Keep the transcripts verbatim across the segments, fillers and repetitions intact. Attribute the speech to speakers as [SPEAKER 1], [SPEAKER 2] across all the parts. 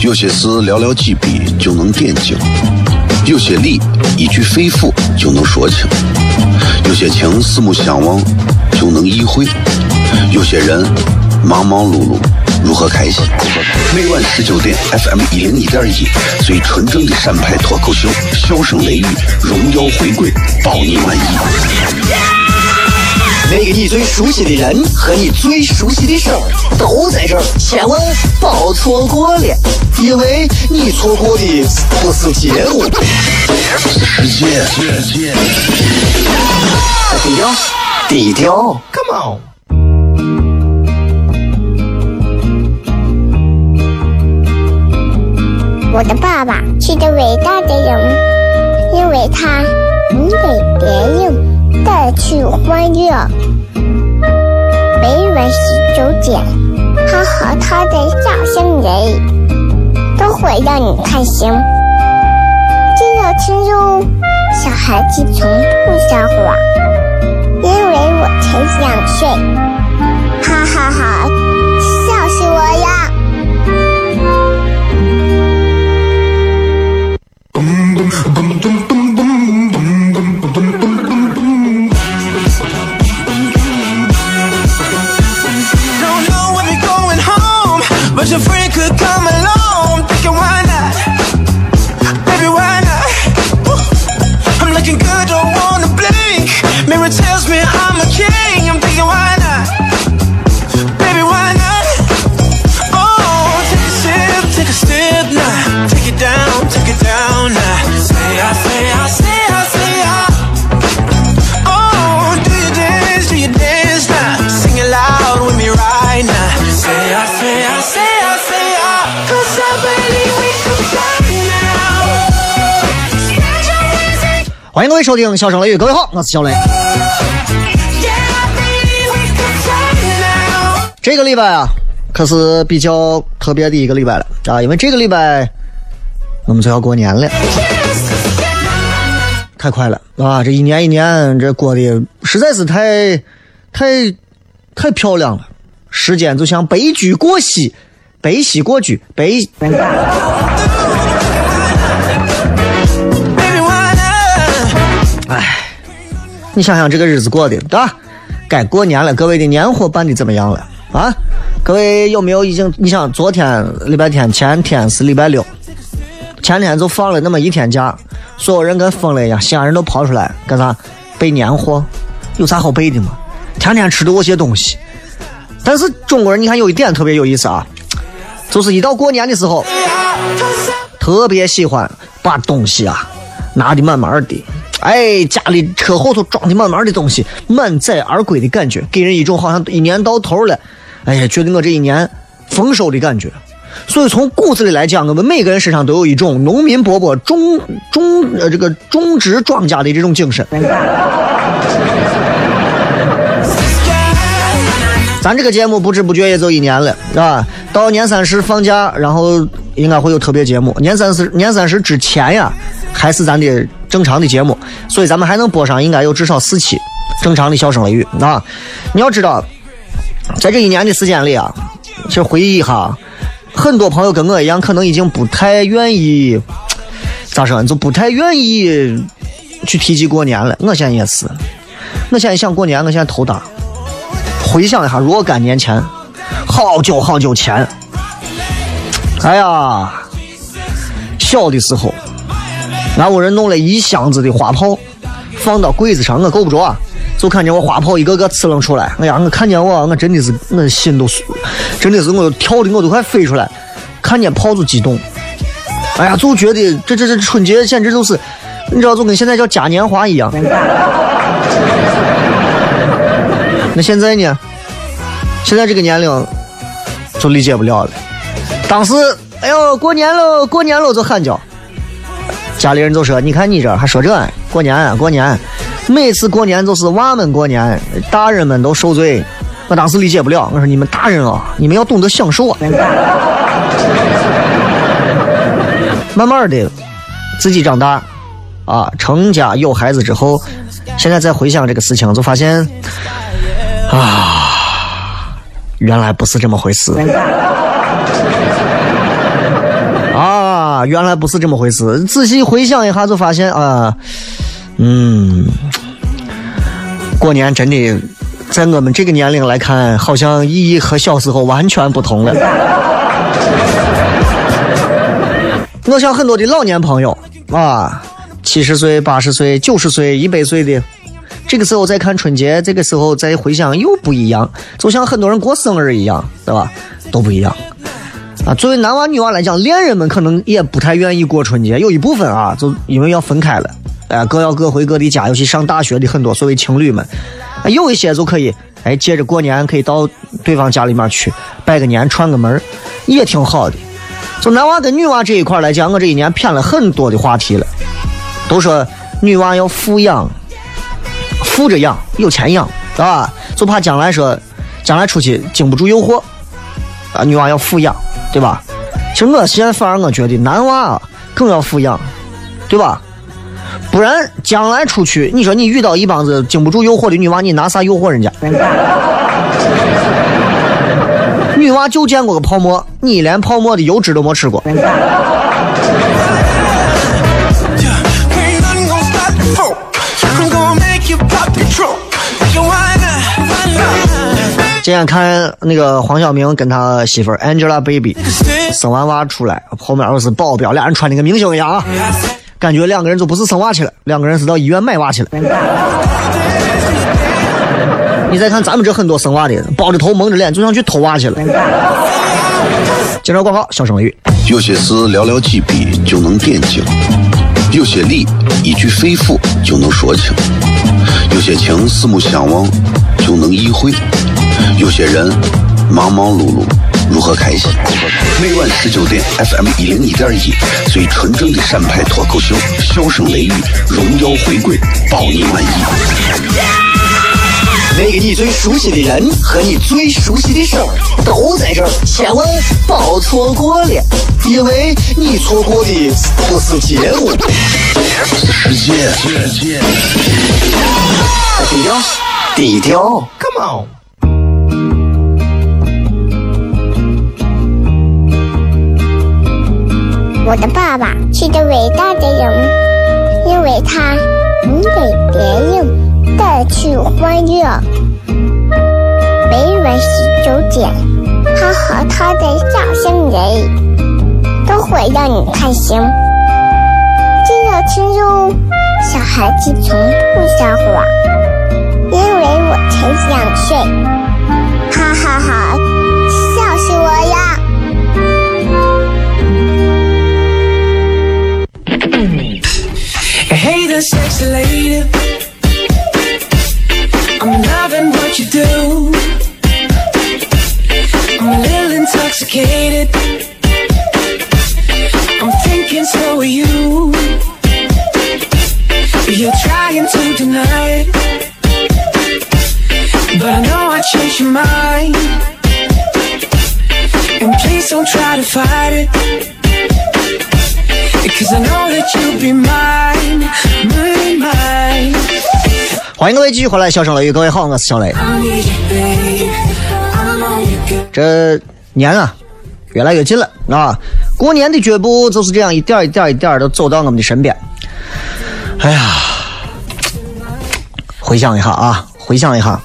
[SPEAKER 1] 有些事寥寥几笔就能点睛，有些理一句肺腑就能说清，有些情四目相望就能意会，有些人忙忙碌碌如何开心。每晚十九点 F M 一零一点一，最纯正的陕派脱口秀，笑声雷雨，荣耀回归，保你满意。
[SPEAKER 2] 那个你最熟悉的人和你最熟悉的事儿都在这儿，千万别错过了，因为你错过的不是节目，
[SPEAKER 1] 世界。
[SPEAKER 2] 低调，低调 ，Come on。
[SPEAKER 3] 我的爸爸是个伟大的人，因为他能给别人带去欢乐。每晚十九点，他和他的笑声人都会让你开心。记得听哟，小孩子从不撒谎，因为我才两岁。哈哈哈，笑死我呀！
[SPEAKER 4] But your friend could come along, thinking why not? Baby, why not? I'm looking good, don't wanna blink. Mirror tells me I'm a king, I'm thinking why not? Baby, why not? Oh, take a sip, take a step now. Take it down, take it down now. Say I, say I, say I, say I. Oh, do you dance, do you dance now? Sing it loud with me right now. Say I, say I, say I.
[SPEAKER 5] 欢迎各位收听笑声雷雨，各位好，我是小雷。这个礼拜啊，可是比较特别的一个礼拜了啊，因为这个礼拜我们就要过年了，太快了啊！这一年一年，这过得实在是太太太漂亮了，时间就像北驹过隙，北溪过驹，北。哎，你想想这个日子过的，对吧？该过年了，各位的年货办的怎么样了啊？各位有没有已经？你想，昨天礼拜天，前天是礼拜六，前天就放了那么一天假，所有人跟疯了一样，西安人都跑出来干啥？备年货，有啥好备的吗？天天吃的我些东西。但是中国人，你看有一点特别有意思啊，就是一到过年的时候，特别喜欢把东西啊拿的满满的。哎，家里车后头装的满满的东西，满载而归的感觉，给人一种好像一年到头了，哎呀，觉得我这一年丰收的感觉。所以从骨子里来讲，我们每个人身上都有一种农民伯伯种种呃这个种植庄稼的这种精神。咱这个节目不知不觉也就一年了，是吧？到年三十放假，然后应该会有特别节目。年三十年三十之前呀，还是咱的正常的节目，所以咱们还能播上应该有至少四期正常的笑声雷雨啊！你要知道，在这一年的时间里啊，其实回忆一下，很多朋友跟我一样，可能已经不太愿意，咋说，就不太愿意去提及过年了。我现在也是，我现在想过年，我现在头大。回想一下若干年前，好久好久前，哎呀，小的时候，俺屋人弄了一箱子的花炮，放到柜子上，我够不着啊，就看见我花炮一个个呲楞出来，哎呀，我看见我，我真的是，我心都，真的是我跳的我都快飞出来，看见炮就激动，哎呀，就觉得这这这春节简直就是，你知道，就跟现在叫嘉年华一样。那现在呢？现在这个年龄就理解不了了。当时，哎呦，过年了，过年了，就喊叫。家里人就说：“你看你这还说这过年啊，过年。”每次过年都是娃们过年，大人们都受罪。我当时理解不了，我说：“你们大人啊，你们要懂得享受啊。”慢慢的，自己长大啊，成家有孩子之后，现在再回想这个事情，就发现。啊，原来不是这么回事。 呀，原来不是这么回事。仔细回想一下，就发现啊、呃，嗯，过年真的在我们这个年龄来看，好像意义和小时候完全不同了。我想很多的老年朋友啊，七十岁、八十岁、九十岁、一百岁的，这个时候再看春节，这个时候再回想又不一样，就像很多人过生日一样，对吧？都不一样。啊，作为男娃女娃来讲，恋人们可能也不太愿意过春节，有一部分啊，就因为要分开了，哎、呃，各要各回各的家，尤其上大学的很多所谓情侣们，啊、有一些就可以，哎，接着过年可以到对方家里面去拜个年、串个门，也挺好的。就男娃跟女娃这一块来讲，我这一年骗了很多的话题了，都说女娃要富养，富着养，有钱养，是吧？就怕将来说，将来出去经不住诱惑，啊，女娃要富养。对吧？其实我现在反而我觉得男娃啊更要富养，对吧？不然将来出去，你说你遇到一帮子经不住诱惑的女娃，你拿啥诱惑人家？女娃就见过个泡沫，你连泡沫的油脂都没吃过。今天看那个黄晓明跟他媳妇儿 Angelababy 生完娃出来，后面又是保镖，俩人穿那个明星一样啊，感觉两个人就不是生娃去了，两个人是到医院买娃去了。你再看咱们这很多生娃的，包着头蒙着脸就想去偷娃去了。接着广告，小声语。
[SPEAKER 1] 有些事寥寥几笔就能点睛，有些理一句肺腑就能说清，有些情四目相望就能意会，有些人忙忙碌碌如何开心？每晚十九点 F M 一零一点一，最纯正的陕派脱口秀，笑声雷雨，荣耀回归，保你满意。
[SPEAKER 2] 那个你最熟悉的人和你最熟悉的事儿都在这儿，千万别错过了，因为你错过的不是节目，
[SPEAKER 1] 是世界。
[SPEAKER 2] 低调，低调
[SPEAKER 1] ，Come on。
[SPEAKER 3] 我的爸爸是个伟大的人，因为他能给别人带去欢乐。每晚十九点，他和他的笑声人，都会让你开心。记得听哟，小孩子从不撒谎，因为我才两岁。哈哈哈，笑死我呀！
[SPEAKER 4] Hey there, sexy lady, I'm loving what you do. I'm a little intoxicated, I'm thinking so are you. You're trying to deny it, but I know I changed your mind. And please don't try to fight it.Cause I know that you'll be mine, mine, mine.
[SPEAKER 5] 欢迎各位继续回来，笑声雷雨，各位好，我是小雷。这年啊，越来越近了啊！过年的脚步就是这样一点一点一点的走到我们的身边。哎呀，回想一下啊，回想一下，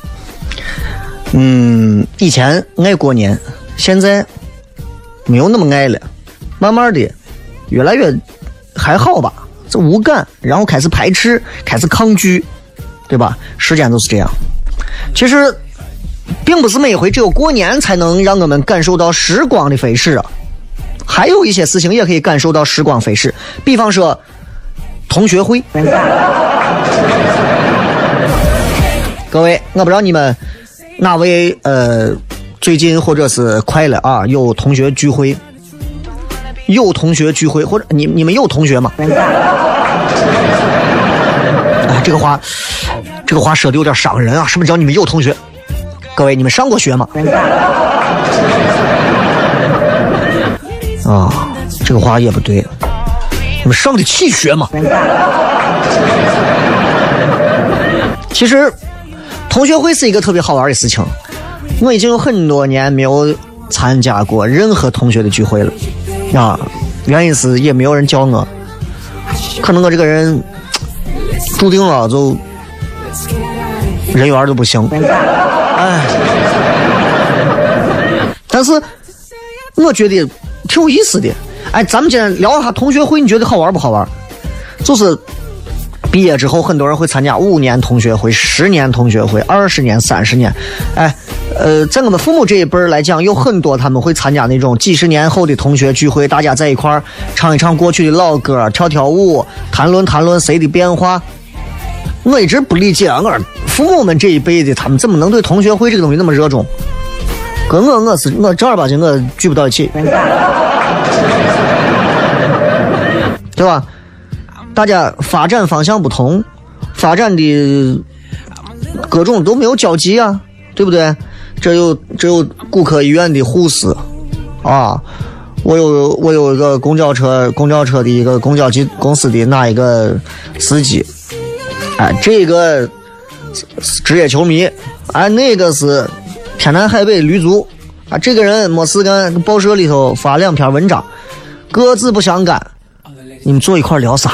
[SPEAKER 5] 嗯，以前爱过年，现在没有那么爱了，慢慢的。越来越还好吧，这无感，然后开始排斥，开始抗拒，对吧？时间都是这样。其实并不是每回只有过年才能让我们感受到时光的飞逝啊，还有一些事情也可以感受到时光飞逝，比方说同学会。各位，我不知道你们哪位呃最近或者是快了啊有同学聚会。有同学聚会，或者你你们有同学吗？哎，这个话，这个话说的有点伤人啊！什么叫你们有同学？各位，你们上过学吗？啊，这个话也不对。你们上得起学吗？其实，同学会是一个特别好玩的事情。我已经有很多年没有参加过任何同学的聚会了。啊， 原因是也没有人教我，可能我这个人注定了就人缘就不行，哎，但是我觉得挺有意思的。哎，咱们今天聊一下同学会，你觉得好玩不好玩？就是毕业之后，很多人会参加五年同学会、十年同学会、二十年、三十年。哎，呃，在我们父母这一辈来讲，有很多他们会参加那种几十年后的同学聚会，大家在一块儿唱一唱过去的老歌，跳跳舞，谈论谈论谁的变化。我一直不理解啊，我父母们这一辈的他们怎么能对同学会这个东西那么热衷？跟我我是我正儿八经我聚不到一起，对吧？大家发展方向不同，发展的各种都没有交集啊，对不对？这有这有骨科医院的护士啊，我有我有一个公交车公交车的一个公交机公司的那一个司机，哎，这个职业球迷，哎，那个是天南海北驴族啊，这个人没事干报社里头发两篇文章，各自不相干。你们坐一块聊啥？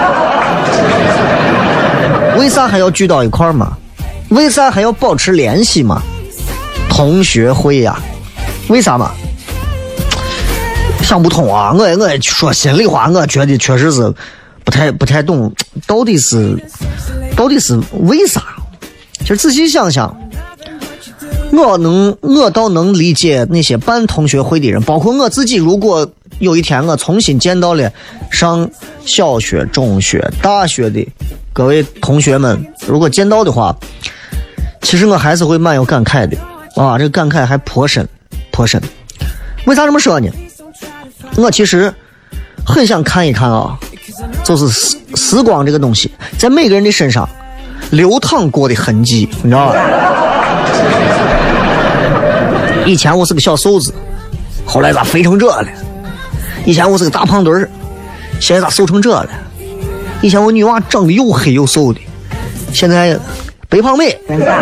[SPEAKER 5] 为啥还要聚到一块嘛？为啥还要保持联系嘛？同学会呀、啊，为啥嘛？想不通啊！我我说心里话，我觉得确实是不太不太懂，到底是到底是为啥？其实仔细想想，我能我倒能理解那些办同学会的人，包括我自己。如果有一天我重新见到了上小学、中学、大学的各位同学们，如果见到的话，其实我还是会蛮有感慨的啊！这个感慨还颇深颇深。为啥这么说呢？我其实很想看一看啊，就是时时光这个东西在每个人的身上流淌过的痕迹，你知道吧？以前我是个小瘦子，后来咋肥成这了？以前我是个大胖墩儿，现在咋瘦成这了？以前我女娃长得又黑又瘦的，现在白胖妹。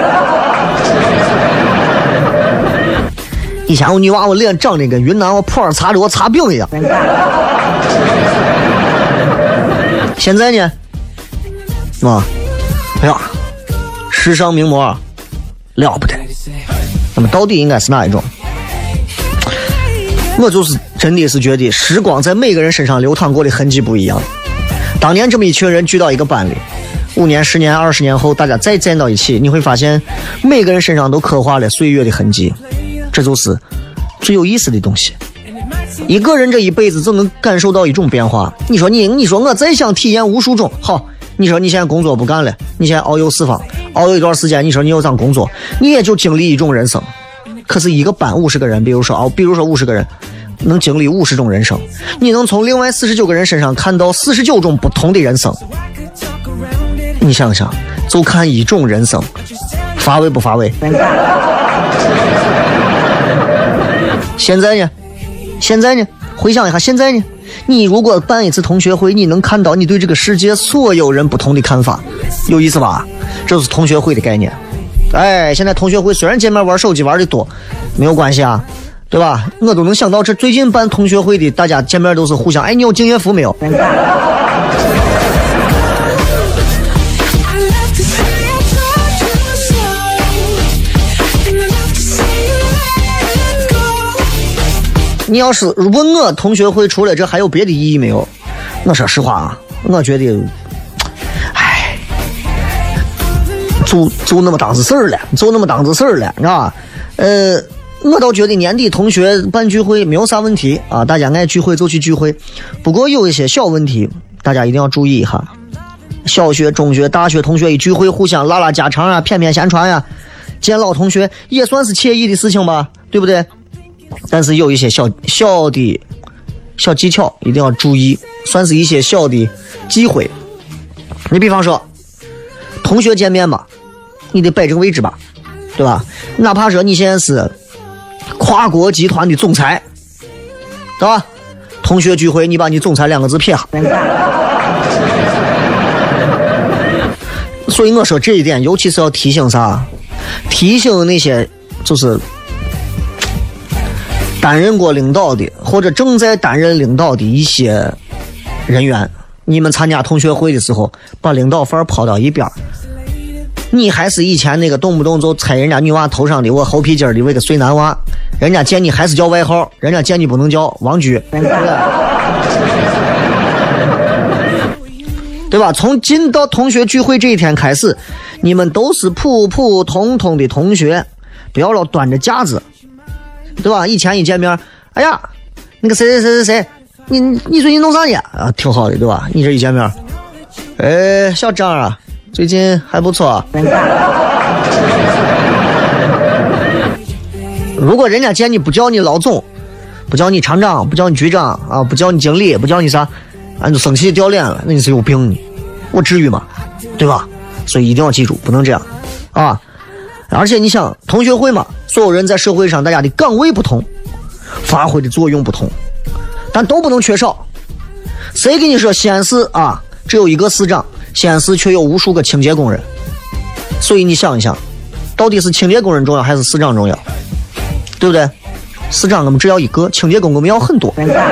[SPEAKER 5] 以前我女娃我脸长得跟云南我普洱茶的我茶饼一样，现在呢，啊，哎呀，时尚名模了不得。那么到底应该是哪一种？我就是真的是觉得时光在每个人身上流淌过的痕迹不一样。当年这么一群人聚到一个班里，五年、十年、二十年后，大家再见到一起，你会发现每个人身上都刻画了岁月的痕迹，这就是最有意思的东西。一个人这一辈子就能感受到一种变化。你说你，你说我再想体验无数种，好，你说你现在工作不干了，你现在遨游四方，遨游一段时间，你说你又想工作，你也就经历一种人生。可是一个班五十个人，比如说啊，比如说五十个人，能经历五十种人生，你能从另外四十九个人身上看到四十九种不同的人生。你想想，就看一种人生，乏味不乏味？现在呢？现在呢？回想一下，现在呢？你如果办一次同学会，你能看到你对这个世界所有人不同的看法，有意思吧？这是同学会的概念。哎，现在同学会虽然见面玩手机玩的多，没有关系啊，对吧？我都能想到，这最近办同学会的，大家见面都是互相，哎，你有敬业福没有？你要是问我同学会除了这还有别的意义没有？我说实话啊，我觉得，唉，就就那么当子事儿了，就那么当子事儿了，你知道吧？呃，我倒觉得年底同学办聚会没有啥问题啊，大家爱聚会就去聚会。不过有一些小问题，大家一定要注意一下。小学、中学、大学同学一聚会，互相拉拉家常啊，骗骗闲传呀、啊，见老同学也算是惬意的事情吧，对不对？但是有一些小小的小技巧一定要注意，算是一些小的机会。你比方说同学见面吧，你得摆正位置吧，对吧？哪怕说你现在是跨国集团的总裁，对吧？同学聚会你把你总裁两个字撇下。所以我说这一点尤其是要提醒啥，提醒那些就是担任过领导的或者正在担任领导的一些人员，你们参加同学会的时候把领导范儿抛到一边，你还是以前那个动不动就踩人家女娃头上的我猴皮筋的那个碎男娃，人家见你还是叫外号，人家见你不能叫王局，对吧？从进到同学聚会这一天开始，你们都是普普通通的同学，不要老端着架子，对吧？以前一见面，哎呀，那个谁谁谁谁谁，你你最近弄啥去啊？挺好的，对吧？你这一见面，哎，小张啊，最近还不错。如果人家见你不叫你老总，不叫你厂长，不叫你局长啊，不叫你经理，不叫你啥，俺就生气掉脸了，那你是有病你，我至于吗？对吧？所以一定要记住，不能这样啊！而且你想，同学会嘛，所有人在社会上大家的岗位不同，发挥的作用不同，但都不能缺少。谁跟你说西安市啊只有一个市长，西安市却有无数个清洁工人？所以你想一想，到底是清洁工人重要还是市长重要？对不对？市长我们只要一个，清洁工我们要很多。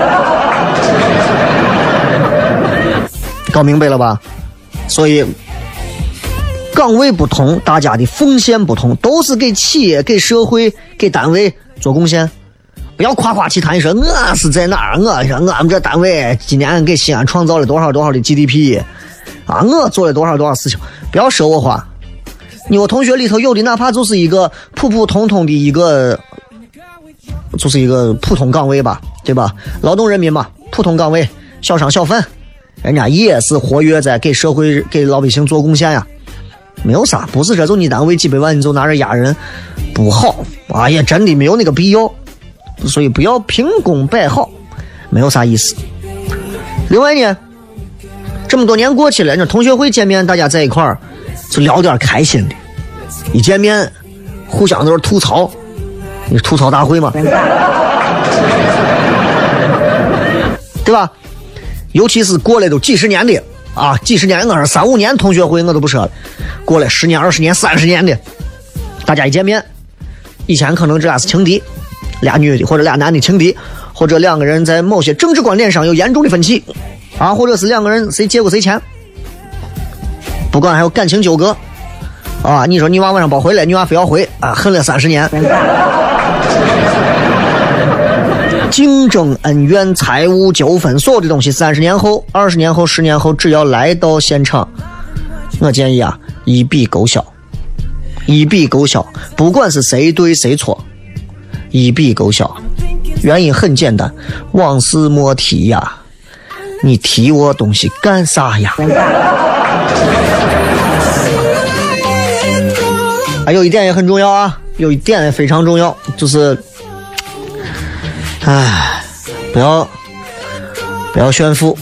[SPEAKER 5] 搞明白了吧？所以岗位不同，大家的奉献不同，都是给企业、给社会、给单位做贡献。不要夸夸其谈说我是在哪儿，我说我们这单位今年给西安创造了多少多少的 G D P 啊，我做了多少多少事情。不要说我话，你我同学里头有的哪怕就是一个普普通通的一个，就是一个普通岗位吧，对吧？劳动人民嘛，普通岗位，小商小贩，人家也是活跃在给社会、给老百姓做贡献呀。没有啥，不是这就你单位几百万你就拿着压人，不好，哎呀，真的没有那个必要。所以不要凭功摆好，没有啥意思。另外呢，这么多年过去了，那同学会见面，大家在一块儿就聊点开心的，一见面互相都是吐槽，你是吐槽大会吗？对吧？尤其是过来都几十年的啊，几十年我是三五年同学会我都不说了，过来十年、二十年、三十年的，大家一见面，以前可能这俩是情敌，俩女的或者俩男的情敌，或者两个人在某些政治观点上有严重的分歧啊，或者是两个人谁借过谁钱，不管还有感情纠葛啊，你说你娃晚上不回来，女娃非要回啊，恨了三十年。竞争、恩怨、财务纠纷，所有的东西，三十年后、二十年后、十年后，只要来到现场，我建议啊，一笔勾销，一笔勾销，不管是谁对谁错，一笔勾销。原因很简单，往事莫提呀，你提我东西干啥呀？还有一点也很重要啊，有一点也非常重要，就是唉，不要不要炫富，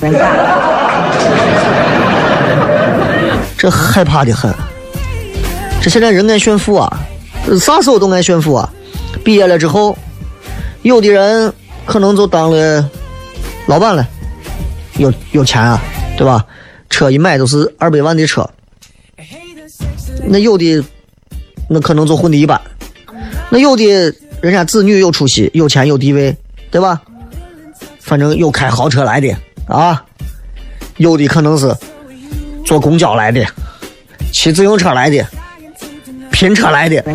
[SPEAKER 5] 这害怕的很。这现在人爱炫富啊，啥时候都爱炫富啊。毕业了之后，有的人可能就当了老板了，有有钱啊，对吧？车一买都是二百万的车。那有的那可能就混得一般，那有的人家子女有出息，有钱有地位，对吧？反正有开豪车来的啊，有的可能是坐公交来的，骑自行车来的，拼车来的，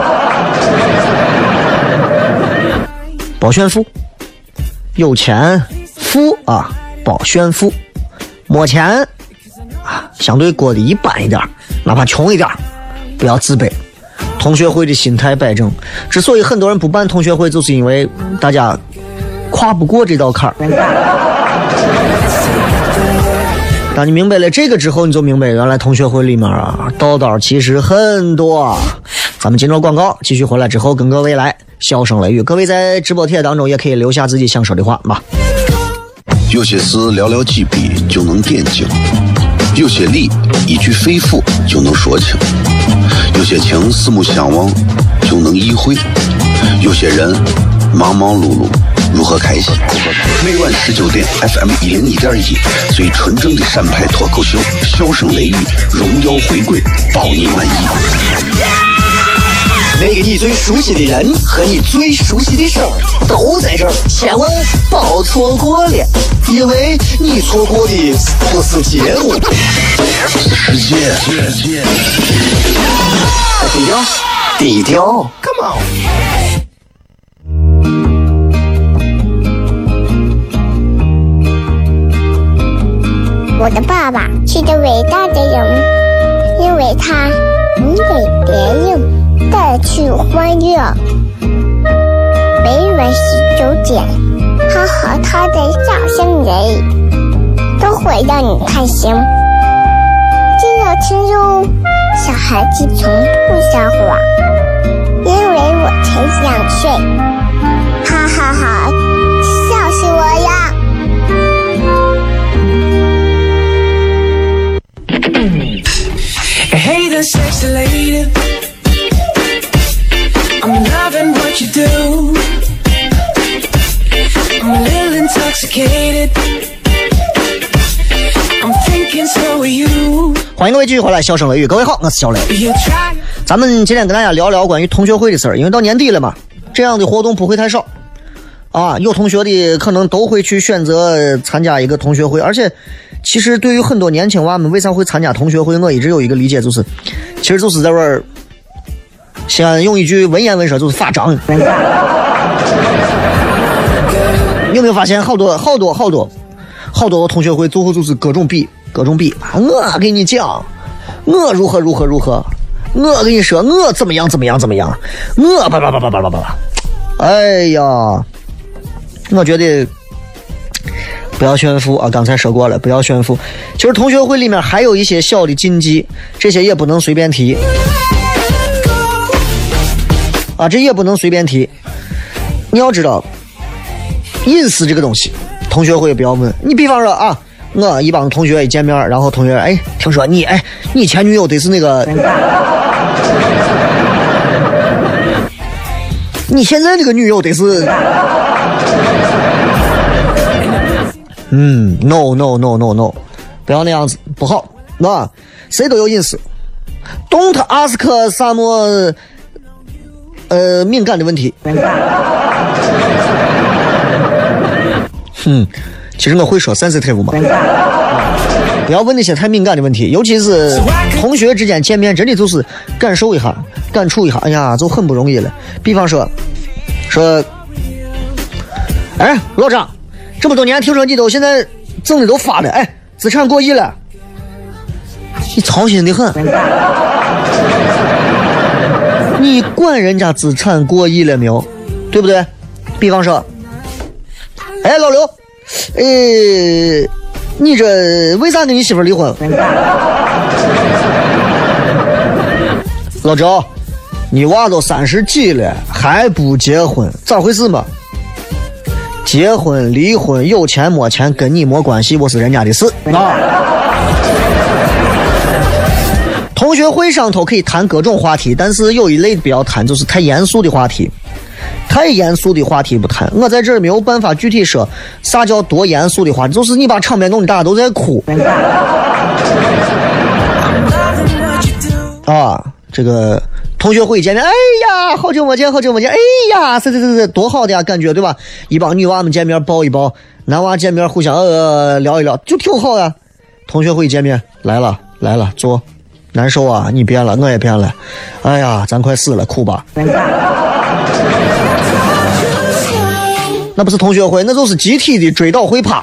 [SPEAKER 5] 保炫富，有钱富啊，保炫富，没钱啊，相对过得一般一点，哪怕穷一点，不要自卑。同学会的心态摆正，之所以很多人不办同学会，就是因为大家跨不过这道坎儿。当你明白了这个之后，你就明白原来同学会里面啊，道道其实很多。咱们进入广告，继续回来之后跟各位来笑声雷雨。各位在直播帖当中也可以留下自己想说的话吧。
[SPEAKER 1] 有些事寥寥几笔就能点睛，有些理一句肺腑就能说清，有些情四目相望就能意会，有些人忙忙碌碌如何开心？每晚十九点 F M 一零一点一，最纯正的陕派脱口秀，笑声雷雨，荣耀回归，保你满意。
[SPEAKER 2] 那个你最熟悉的人和你最熟悉的事儿都在这儿，千万别错过了，因为你错过的不是节目，
[SPEAKER 1] 世界。
[SPEAKER 2] 低调，低调
[SPEAKER 4] Come on.
[SPEAKER 3] 我的爸爸是个伟大的人，因为他能给别人带去欢乐。每晚十九点，他和他的笑声人，都会让你开心。记得听哟，小孩子从不撒谎，因为我才两岁。哈哈哈，笑死我呀
[SPEAKER 4] Hey there, sexy lady. I'm loving what you do. I'm a little intoxicated. I'm thinking so are you.
[SPEAKER 5] 欢迎各位继续回来，笑声雷雨，各位好，我是小雷。
[SPEAKER 4] You try.
[SPEAKER 5] 咱们今天跟大家聊聊关于同学会的事儿，因为到年底了嘛，这样的活动不会太少啊。有同学的可能都会去选择参加一个同学会，而且其实对于很多年轻娃们为啥会参加同学会，我一直有一个理解，就是其实就是在这儿先用一句文言文说，就是发张。你有没有发现好多好多好多好多同学会最后就是各种比各种比，我给你讲我如何如何如何，我跟你说我怎么样怎么样怎么样，我叭叭叭叭叭叭叭，哎呀，我觉得不要炫富啊！刚才说过了，不要炫富。其实同学会里面还有一些小的禁忌，这些也不能随便提啊，这也不能随便提。你要知道，隐私这个东西，同学会不要问。你比方说啊，我一帮同学一见面，然后同学哎，听说你哎，你前女友得是那个，你现在这个女友得是。嗯 ，no no no no no， 不要那样子，不好，那谁都有隐私 ，don't ask 什么呃敏感的问题。嗯，其实我会说 sensitive 嘛，不要问那些太敏感的问题，尤其是同学之间见面，真的就是感受一下，感触一下，哎呀，就很不容易了。比方说，说，哎，老张。这么多年，听说你都现在挣的都发了，哎，资产过亿了，你操心的很。你管人家资产过亿了没有？对不对？比方说，哎，老刘，呃，你这为啥跟你媳妇离婚？老周，你娃都三十几了还不结婚，咋回事嘛？结婚离婚有钱没钱跟你没关系，我是人家的事啊。同学会上头可以谈各种话题，但是有一类不要谈，就是太严肃的话题，太严肃的话题不谈。我在这儿没有办法具体说啥叫多严肃的话题，就是你把场面弄得大家都在哭啊。这个同学会见面，哎呀，好久没见，好久没见，哎呀，这这这这多好的呀，感觉对吧？一帮女娃们见面抱一抱，男娃见面互相呃聊一聊，就挺好呀。同学会见面，来了来了，坐，难受啊，你变了，我也变了，哎呀，咱快死了，哭吧。那不是同学会，那就是集体的追悼会趴。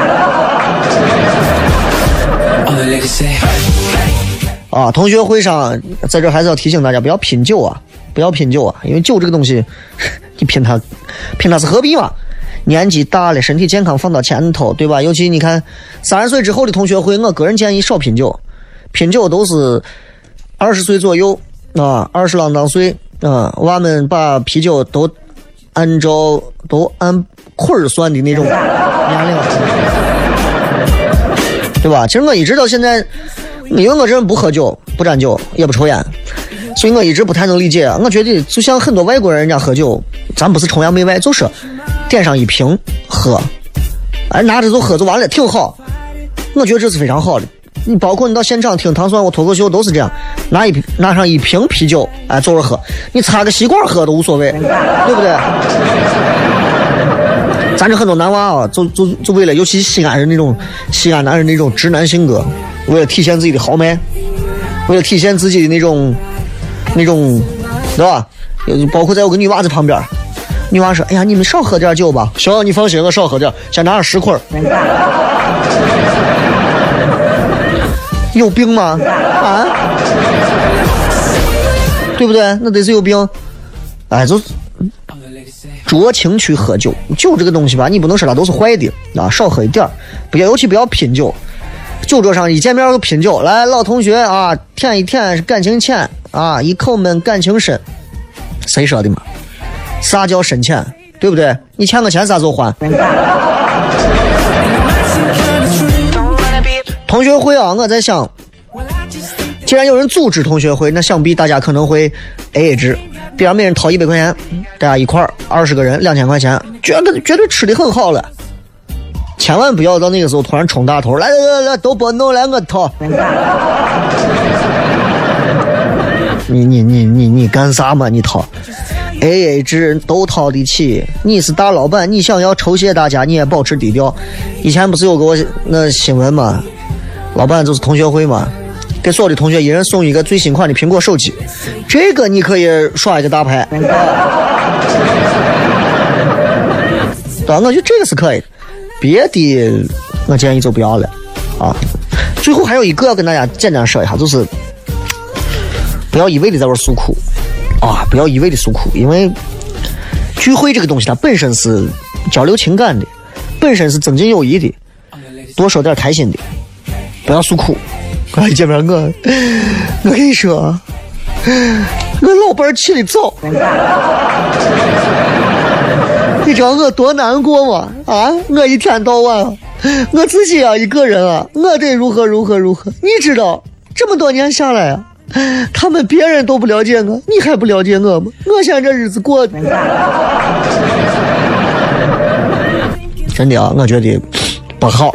[SPEAKER 5] 啊，同学会上，在这还是要提醒大家不要拼酒啊，不要拼酒啊，因为酒这个东西，你拼它，拼它是何必嘛？年纪大了，身体健康放到前头，对吧？尤其你看，三十岁之后的同学会，我个人建议少拼酒，拼酒都是二十岁左右啊，二十郎当岁啊，娃们把啤酒都按照都按捆儿算的那种年龄，对吧？其实我一直到现在。因为我这人不喝酒不沾酒也不抽烟，所以我一直不太能理解。我觉得就像很多外国人人家喝酒，咱不是崇洋媚外，就是点上一瓶喝，哎，拿着就喝就完了，挺好。我觉得这是非常好的。 你包括你到现场听糖蒜我脱口秀都是这样，拿一拿上一瓶啤酒，哎，坐着喝，你插个吸管喝都无所谓，对不对？咱这很多男娃啊，就就就为了，尤其西安人那种西安男人那种直男性格，为了体现自己的豪迈，为了体现自己的那种那种，对吧？包括在我个女娃子旁边，女娃说：“哎呀，你们少喝点酒吧。”行，你放心，我少喝点，先拿上十块。有病吗？啊？对不对？那得是有病。哎，就酌情去喝酒，酒这个东西吧，你不能说它都是坏的啊，少喝一点，不要，尤其不要拼酒。酒桌上一见面就拼酒，来，老同学啊，舔一舔感情浅啊，一口闷感情深。谁说的嘛？啥叫深浅？对不对？你欠个钱啥时候还？同学会啊，我在想，既然有人组织同学会，那想必大家可能会 A A 制，比方每人掏一百块钱，大家一块儿二十个人两千块钱，绝对绝对吃的很好了。千万不要到那个时候突然冲大头，来来来来，都不弄来我掏。你你你你你干啥嘛？你掏 A A 制都掏得起，你是大老板，你想要酬谢大家，你也保持低调。以前不是有个那新闻嘛，老板就是同学会嘛，给所有的同学一人送一个最新款的苹果手机，这个你可以耍一个大牌。对，我觉得这个是可以的，别的我建议就不要了啊。最后还有一个要跟大家简单说一下，就是不要一味的在这诉苦啊，不要一味的诉苦，因为聚会这个东西它本身是交流情感的，本身是增进友谊的，多说点开心的，不要诉苦。啊，一见面我我跟你说，我老伴儿起的早，你知道我多难过吗？啊，我一天到晚我自己啊一个人啊，我得如何如何如何，你知道这么多年下来啊，他们别人都不了解我，你还不了解我吗？我现在这日子过的真的啊，我觉得不好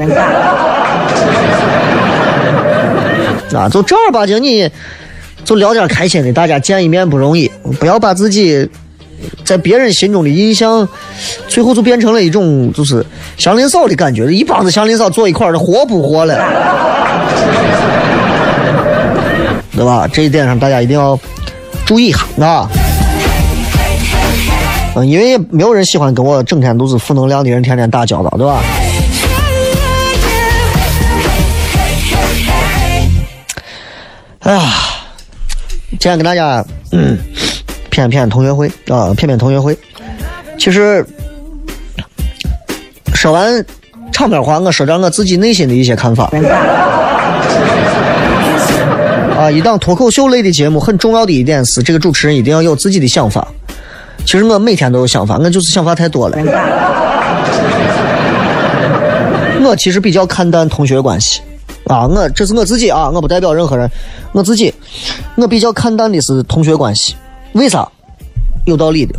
[SPEAKER 5] 啊，就正儿八经你就聊点开心的，大家见一面不容易，不要把自己在别人心中的印象最后就变成了一种就是祥林嫂的感觉，一帮子祥林嫂坐一块儿的活不活了，对吧？这一点上大家一定要注意一下啊。嗯，因为没有人喜欢跟我整天都是负能量的人天天打交道，对吧？哎呀，今天跟大家嗯骗骗同学会啊，骗骗同学会。其实说完场面话，我说点我自己内心的一些看法。啊，一档脱口秀类的节目很重要的一点是，这个主持人一定要有自己的想法。其实我每天都有想法，我就是想法太多了。我其实比较看淡同学关系。啊，我这是我自己啊，我不代表任何人，我自己，我比较看淡的是同学关系。为啥？有道理的，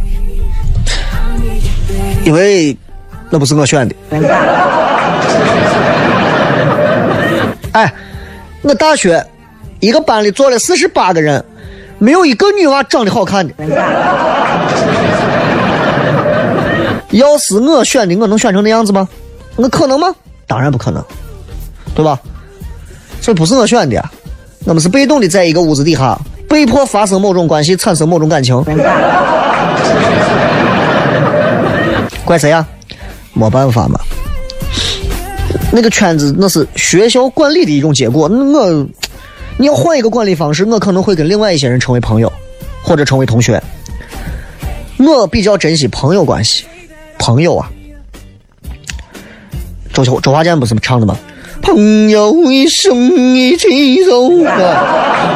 [SPEAKER 5] 因为那不是我选的。哎，我大学一个班里坐了四十八个人，没有一个女娃长得好看的。要是我选的，我能选成那样子吗？我可能吗？当然不可能。对吧？所以不是我选的，我们是被动的在一个屋子底下被迫发生某种关系，产生某种感情。怪谁呀？没办法嘛，那个圈子那是学校管理的一种结果。我你要换一个管理方式，我可能会跟另外一些人成为朋友，或者成为同学。我比较珍惜朋友关系，朋友啊，周周华健不是唱的吗？朋友一生一起走啊，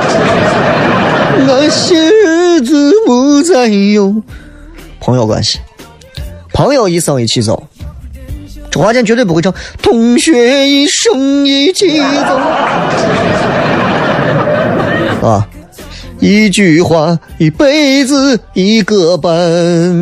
[SPEAKER 5] 那些日子不再有。朋友关系，朋友一生一起走。周华健绝对不会唱同学一生一起走啊，一句话一辈子一个班，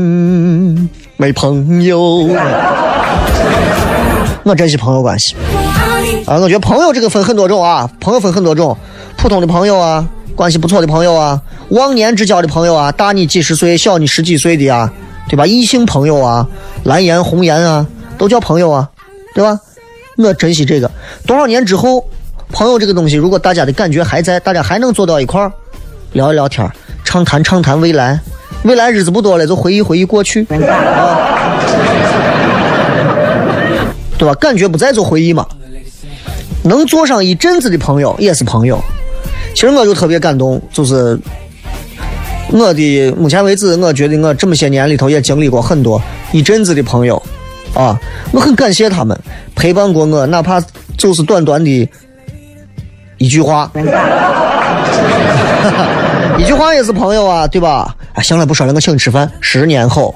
[SPEAKER 5] 没朋友。我珍惜朋友关系。 啊，我觉得朋友这个分很多种啊，朋友分很多种，普通的朋友啊，关系不错的朋友啊，忘年之交的朋友啊，大你几十岁小你十几岁的啊，对吧？异性朋友啊，蓝颜红颜啊，都叫朋友啊，对吧？我珍惜这个。多少年之后，朋友这个东西，如果大家的感觉还在，大家还能坐到一块儿聊一聊天，畅谈畅谈未来，未来日子不多了，就回忆回忆过去啊，对吧？感觉不在就回忆嘛。能做上一阵子的朋友也是朋友。其实我就特别感动，就是我的目前为止，我觉得我这么些年里头也经历过很多一阵子的朋友啊，我很感谢他们陪伴过我，哪怕就是短短的一句话一句话也是朋友啊，对吧？啊，行了，不说了，我请你吃饭，十年后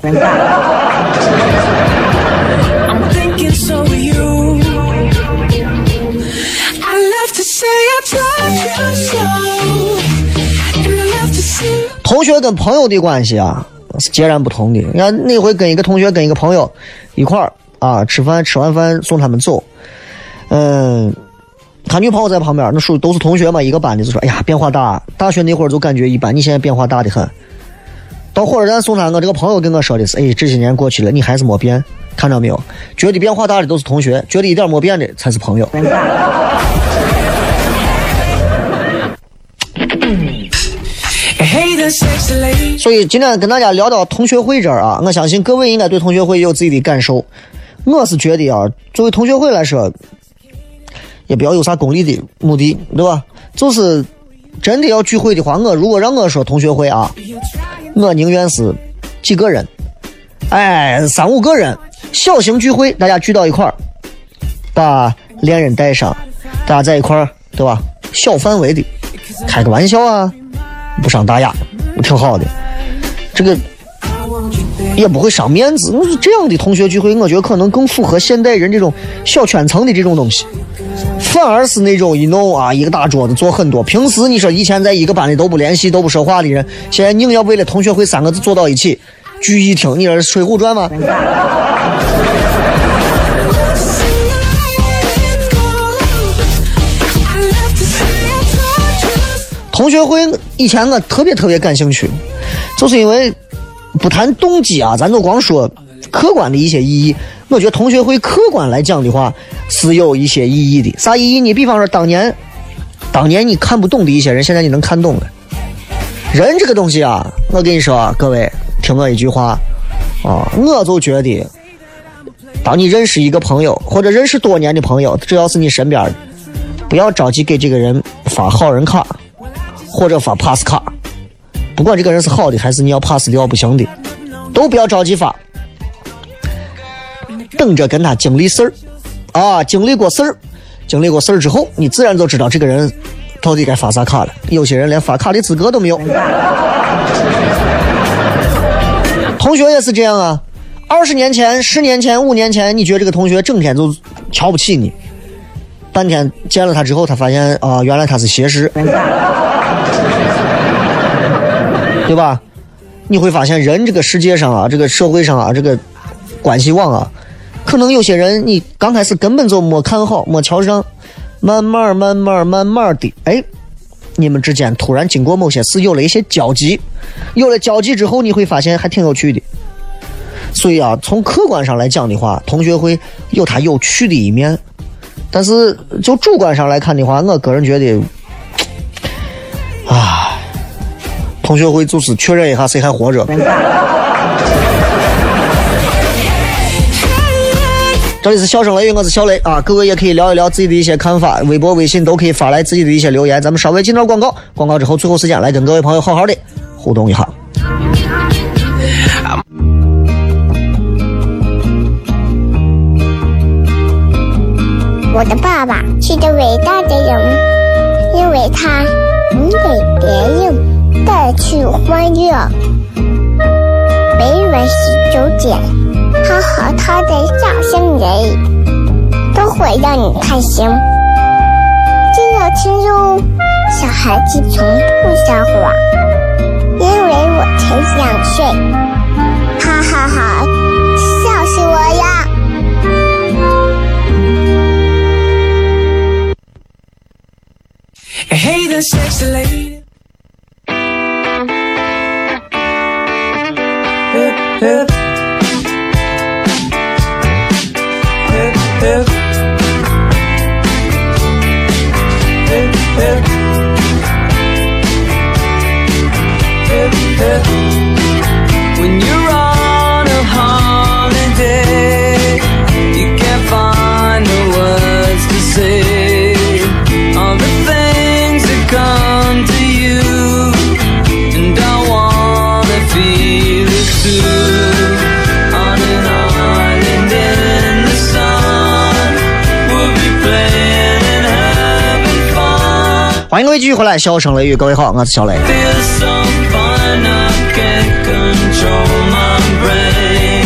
[SPEAKER 5] 同学跟朋友的关系啊是截然不同的。你看那回跟一个同学跟一个朋友一块儿啊吃饭，吃完饭送他们走，嗯，他女朋友在旁边，那属于都是同学嘛，一个班的，就说哎呀变化大，大学那会儿就感觉一般，你现在变化大的很。到火车站送他，我这个朋友跟我说的是，哎，这些年过去了，你还是没变，看到没有？觉得变化大的都是同学，觉得一点没变的才是朋友。所以今天跟大家聊到同学会这儿啊，我相信各位应该对同学会有自己的感受。我是觉得啊，作为同学会来说，也不要有啥功利的目的，对吧？就是真的要聚会的话，我如果让我说同学会啊，我宁愿是几个人，哎，三五个人，小型聚会，大家聚到一块儿，把恋人带上，大家在一块儿，对吧？小范围的开个玩笑啊，不伤大雅，挺好的。这个也不会伤面子。这样的同学聚会，我觉得可能更符合现代人这种小圈层的这种东西。反而是那种一弄啊，一个大桌子坐很多。平时你说以前在一个班里都不联系、都不说话的人，现在硬要为了同学会三个字坐到一起聚一厅，你是《水浒传》吗？同学会以前我特别特别感兴趣，就是因为不谈动机啊，咱就光说客观的一些意义。我觉得同学会客观来讲的话是有一些意义的。啥意义？你比方说当年当年你看不懂的一些人，现在你能看懂了。人这个东西啊，我跟你说啊，各位听我一句话啊，我就觉得当你认识一个朋友或者认识多年的朋友，只要是你身边的，不要着急给这个人发好人卡或者发 pass 卡，不管这个人是好的还是你要 pass 掉不行的，都不要着急发，等着跟他经历事儿啊，经历过事儿，经历过事儿之后，你自然就知道这个人到底该发啥卡了。有些人连发卡的资格都没有。同学也是这样啊，二十年前、十年前、五年前，你觉得这个同学整天就瞧不起你，半天见了他之后，他发现啊、呃，原来他是邪师。对吧？你会发现人这个世界上啊，这个社会上啊，这个关系网啊，可能有些人你刚开始根本就没看好没瞧上，慢慢慢慢慢慢的，哎，你们之间突然经过某些事有了一些交集，有了交集之后，你会发现还挺有趣的。所以啊，从客观上来讲的话，同学会有它有趣的一面，但是就主观上来看的话，我个人觉得啊，同学会就是确认一下谁还活着。这里是笑声雷雨，我是小雷啊，各位也可以聊一聊自己的一些看法，微博微信都可以发来自己的一些留言，咱们稍微进到广告，广告之后最后时间来跟各位朋友好好的互动一下。
[SPEAKER 3] 我的爸爸是个伟大的人，因为他能给别人带去欢乐。每晚十九点，他和他的笑声人，都会让你开心。记得听哟，小孩子从不撒谎，因为我才两岁。哈哈哈，笑死我呀！
[SPEAKER 4] a sexy lady. Hip, hip. Hip, hip. Hip, hip. Hip, hip. When you're on a holiday, you can't find the words to say all the things that come to you, and I wanna feel it too. On an island in the sun, we'll be playing and having fun.
[SPEAKER 5] 欢迎各位继续回来，笑声雷雨，各位好，我是小雷。
[SPEAKER 4] Feel so fine, I can't control my brain.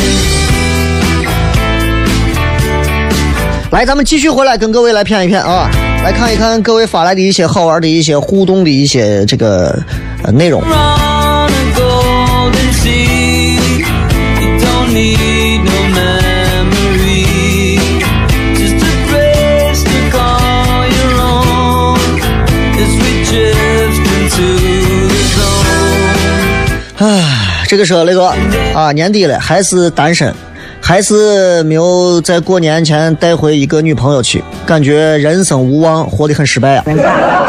[SPEAKER 5] 来，咱们继续回来跟各位来骗一骗啊，来看一看各位发来的一些好玩的一些互动的一些这个呃内容。
[SPEAKER 4] On a golden sea, you don't need no memory, just a place to call your own, as we drift into the zone.
[SPEAKER 5] 唉，这个说雷哥啊，年底了还是单身，还是没有在过年前带回一个女朋友去，感觉人生无望，活得很失败啊。
[SPEAKER 4] Can't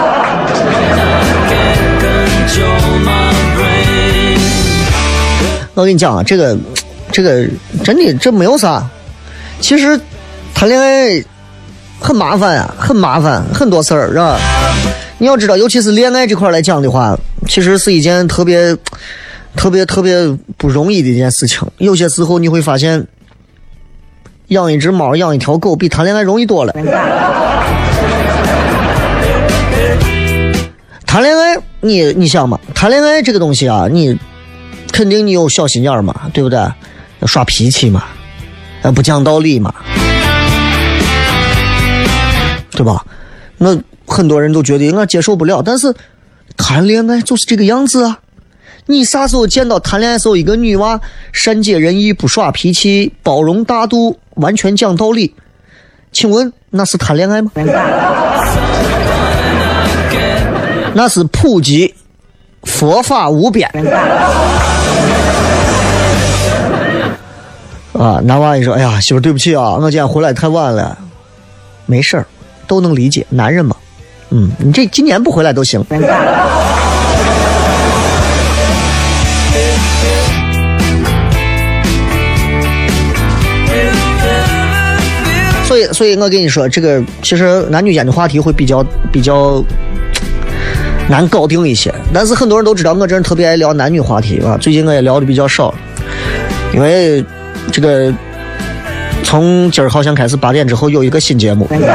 [SPEAKER 4] control my brain.
[SPEAKER 5] 我跟你讲啊，这个这个真的这没有啥，其实谈恋爱很麻烦呀、啊，很麻烦，很多事儿是吧？你要知道，尤其是恋爱这块来讲的话，其实是一件特别特别特别不容易的一件事情。有些时候你会发现，养一只猫、养一条狗比谈恋爱容易多了。谈恋爱，你你想嘛，谈恋爱这个东西啊，你肯定你有小心眼儿嘛，对不对？要耍脾气嘛，呃，不讲道理嘛，对吧？那很多人都觉得我接受不了，但是谈恋爱就是这个样子啊。你啥时候见到谈恋爱时候一个女娃善解人意、不耍脾气、包容大度、完全讲道理？请问那是谈恋爱吗？那是普及佛法无边啊！男娃一说：“哎呀，媳妇对不起啊，我今天回来太晚了。”没事儿，都能理解，男人嘛。嗯，你这今年不回来都行。所以，所以我跟你说，这个其实男女间的话题会比较比较难搞定一些。但是很多人都知道，我这人特别爱聊男女话题啊。最近我也聊的比较少，因为这个从今儿好像开始八点之后有一个新节目，啊，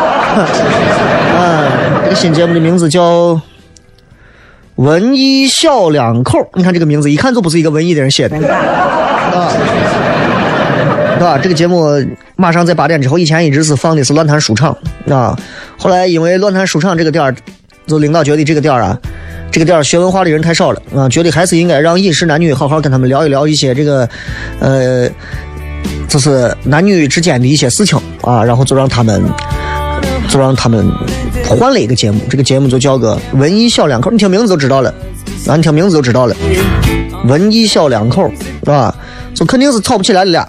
[SPEAKER 5] 这个新节目的名字叫文艺小两口。你看这个名字，一看就不是一个文艺的人写的啊。对吧？这个节目马上在八点之后，以前一直是放的是乱谈书场啊，后来因为乱谈书场这个点儿，就领导觉得这个点儿啊，这个点儿学文化的人太少了啊，觉得还是应该让饮食男女好好跟他们聊一聊一些这个，呃，就是男女之间的一些事情啊，然后就让他们，就让他们换了一个节目，这个节目就叫个文艺小两口，你听名字就知道了，啊，你听名字就知道了，文艺小两口啊。就肯定是吵不起来的俩。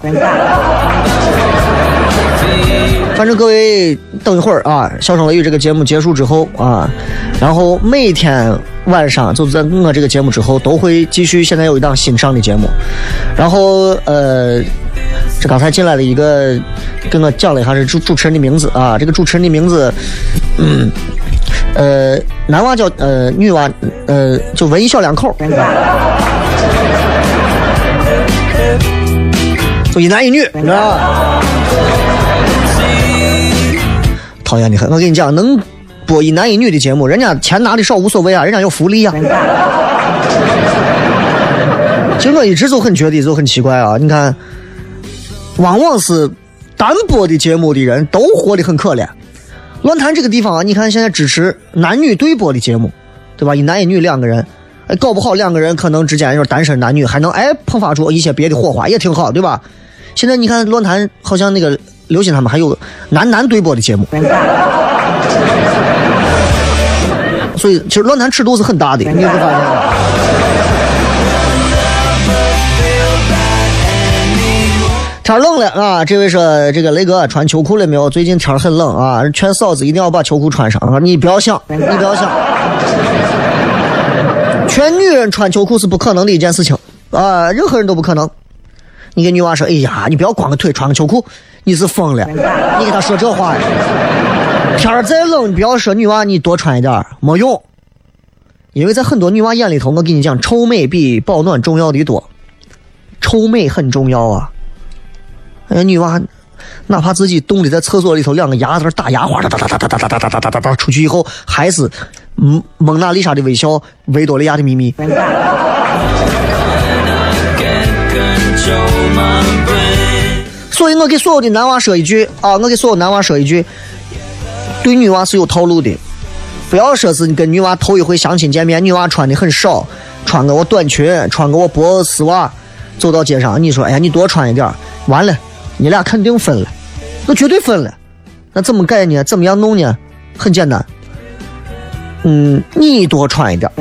[SPEAKER 5] 反正各位等一会儿啊，笑声雷雨这个节目结束之后啊，然后每天晚上就在我这个节目之后都会继续，现在有一档新上的节目，然后呃这刚才进来的一个跟我讲了一下是主主持人的名字啊，这个主持人的名字嗯呃男娃叫呃女娃呃就文艺小两口，就一男一女，你知道吧？讨厌你很，我跟你讲，能播一男一女的节目，人家钱拿的少无所谓啊，人家有福利啊。其实我一直就很觉得就很奇怪啊，你看，往往是单播的节目的人都活得很可怜。论坛这个地方啊，你看现在支持男女对播的节目，对吧？一男一女两个人。哎，搞不好两个人可能之间就是单身男女，还能哎迸发出一些别的火花，也挺好，对吧？现在你看论坛好像那个刘鑫他们还有男男对播的节目， 所以其实论坛尺度是很大的，你会发现。天冷了啊！这位说这个雷哥穿秋裤了没有？最近天很冷啊，劝嫂子一定要把秋裤穿上啊！你不要想，你不要想，全女人穿秋裤是不可能的一件事情啊，任何人都不可能。你跟女娃说，哎呀，你不要光个腿穿个秋裤，你是疯了！你给她说这话呀？天再冷，你不要说女娃，你多穿一点没用，因为在很多女娃眼里头，我跟你讲，臭美比保暖重要的多，臭美很重要啊。哎，女娃哪怕自己冻的在厕所里头，两个牙在那打牙花，哒哒哒哒哒哒哒哒哒哒哒，出去以后还是嗯蒙娜丽莎的微笑，维多利亚的秘密。所以我给所有的男娃说一句啊，我给所有男娃说一句，对女娃是有套路的，不要说是你跟女娃头一回相亲见面，女娃穿的很少，穿个我短裙，穿个我薄丝袜，走到街上，你说哎呀你多穿一点，完了。你俩肯定分了，那绝对分了。那怎么改呢？怎么样弄呢？很简单，嗯，你多穿一点。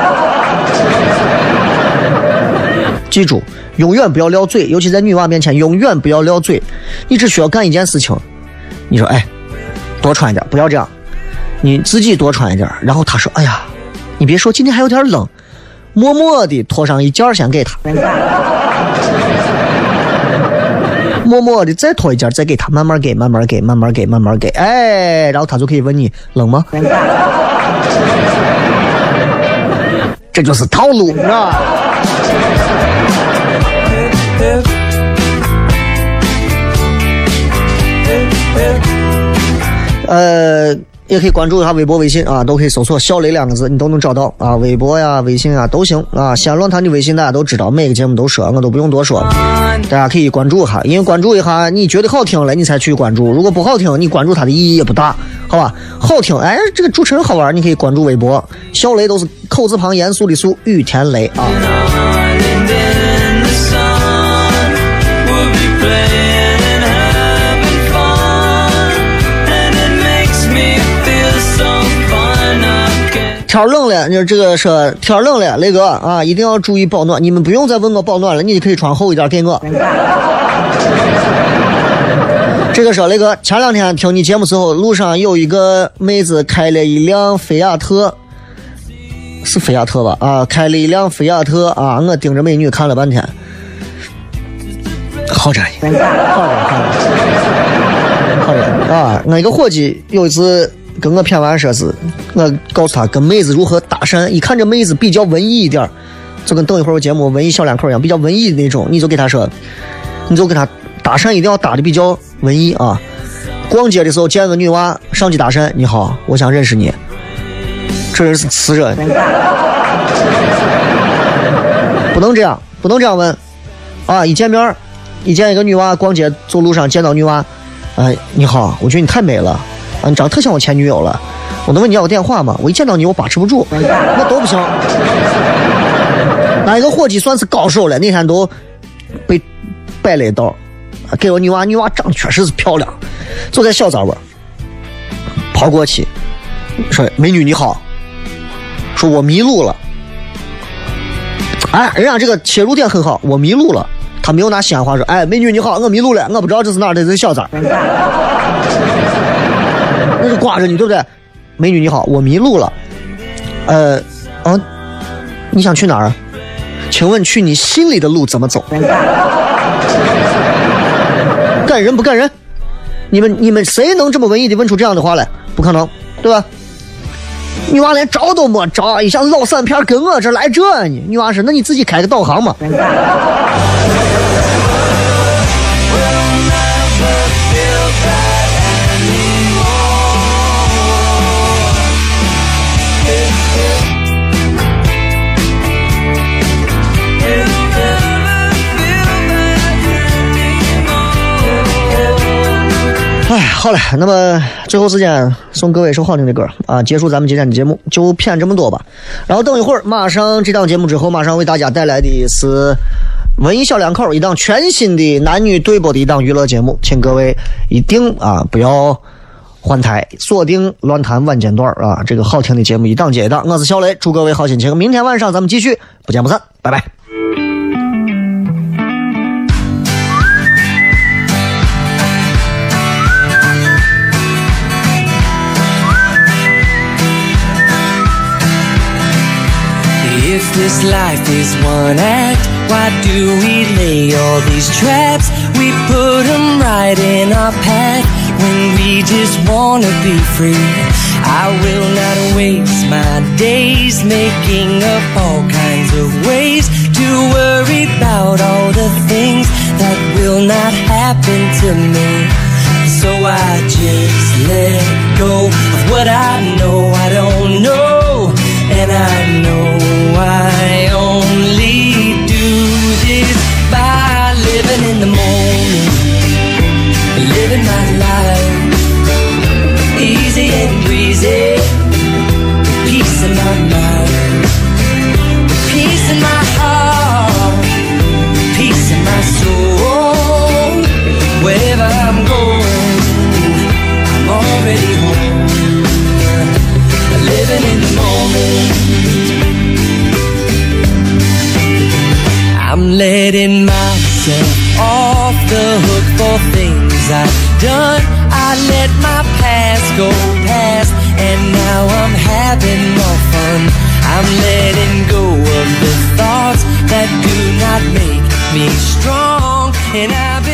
[SPEAKER 5] 记住，永远不要撂嘴，尤其在女娃面前，永远不要撂嘴。你只需要干一件事情，你说，哎，多穿一点，不要这样，你自己多穿一点。然后她说，哎呀，你别说，今天还有点冷，默默地脱上一件先给她。默默的再脱一件再给他，慢慢给慢慢给慢慢给慢慢给，哎，然后他就可以问你冷吗？这就是套路，是吧？呃也可以关注一下微博微信啊，都可以搜索小雷两个字，你都能找到啊，微博呀微信啊都行啊。西安论坛的微信大家都知道，每个节目都说，我都不用多说，大家可以关注一下，因为关注一下你觉得好听了你才去关注，如果不好听你关注它的意义也不大，好吧？好听，哎，这个主持人好玩，你可以关注微博，小雷都是口字旁严肃的肃，雨田雷啊。天冷了，你这个说天冷了，雷哥啊，一定要注意保暖。你们不用再问我保暖了，你可以穿厚一点给我。这个说雷哥，前两天听你节目时候，路上有一个妹子开了一辆菲亚特，是菲亚特吧？啊，开了一辆菲亚特啊，我盯着美女看了半天，好着呢，好着，好着，好着啊！我一个伙计有一次。跟我骗完说是，我告诉他跟妹子如何搭讪，一看这妹子比较文艺一点，就跟等一会儿我节目文艺小两口一样，比较文艺的那种，你就给他说，你就给他搭讪一定要搭的比较文艺啊。逛街的时候见个女娃上去搭讪，你好，我想认识你，这人是词人，不能这样，不能这样问啊！一见面，一见一个女娃逛街走路上见到女娃，哎，你好，我觉得你太美了。啊，你长得特像我前女友了，我能问你要个电话吗？我一见到你我把持不住，那都不行。哪一个伙计算是高手了？那天都被摆了一道，给我女娃，女娃长得确实是漂亮，就在小灶味跑过去说：“美女你好。”说我迷路了。哎，人家这个切入点很好，我迷路了。他没有拿西安话说：“哎，美女你好，我迷路了，我不知道这是哪儿的，这是小灶。”那是挂着你对不对？美女你好，我迷路了。呃，哦，你想去哪儿？请问去你心里的路怎么走？感人不感人？你们你们谁能这么文艺的问出这样的话来？不可能，对吧？女娃连招都没招，一下老散片跟我这来这你。女娃说：“那你自己开个导航嘛。”哎，好了，那么最后时间送各位一首好听的歌啊，结束咱们今天的节目，就骗这么多吧。然后等一会儿，马上这档节目之后，马上为大家带来的是文艺小两口一档全新的男女对播的一档娱乐节目，请各位一定啊不要换台，锁定乱谈晚间段啊！这个好听的节目一档接一档。我是小雷，祝各位好心情。明天晚上咱们继续，不见不散，拜拜。
[SPEAKER 6] If this life is one act, why do we lay all these traps? We put them right in our path when we just wanna be free. I will not waste my days making up all kinds of ways to worry about all the things that will not happen to me. So I just let go of what I know I don't know. And I know I only do this by living in the moment, living my life easy and breezy, peace in my mind, peace in my heart, peace in my soul. Wherever I'm going, I'm already home, living in the moment. I'm letting myself off the hook for things I've done. I let my past go past, and now I'm having more fun. I'm letting go of the thoughts that do not make me strong, and I've been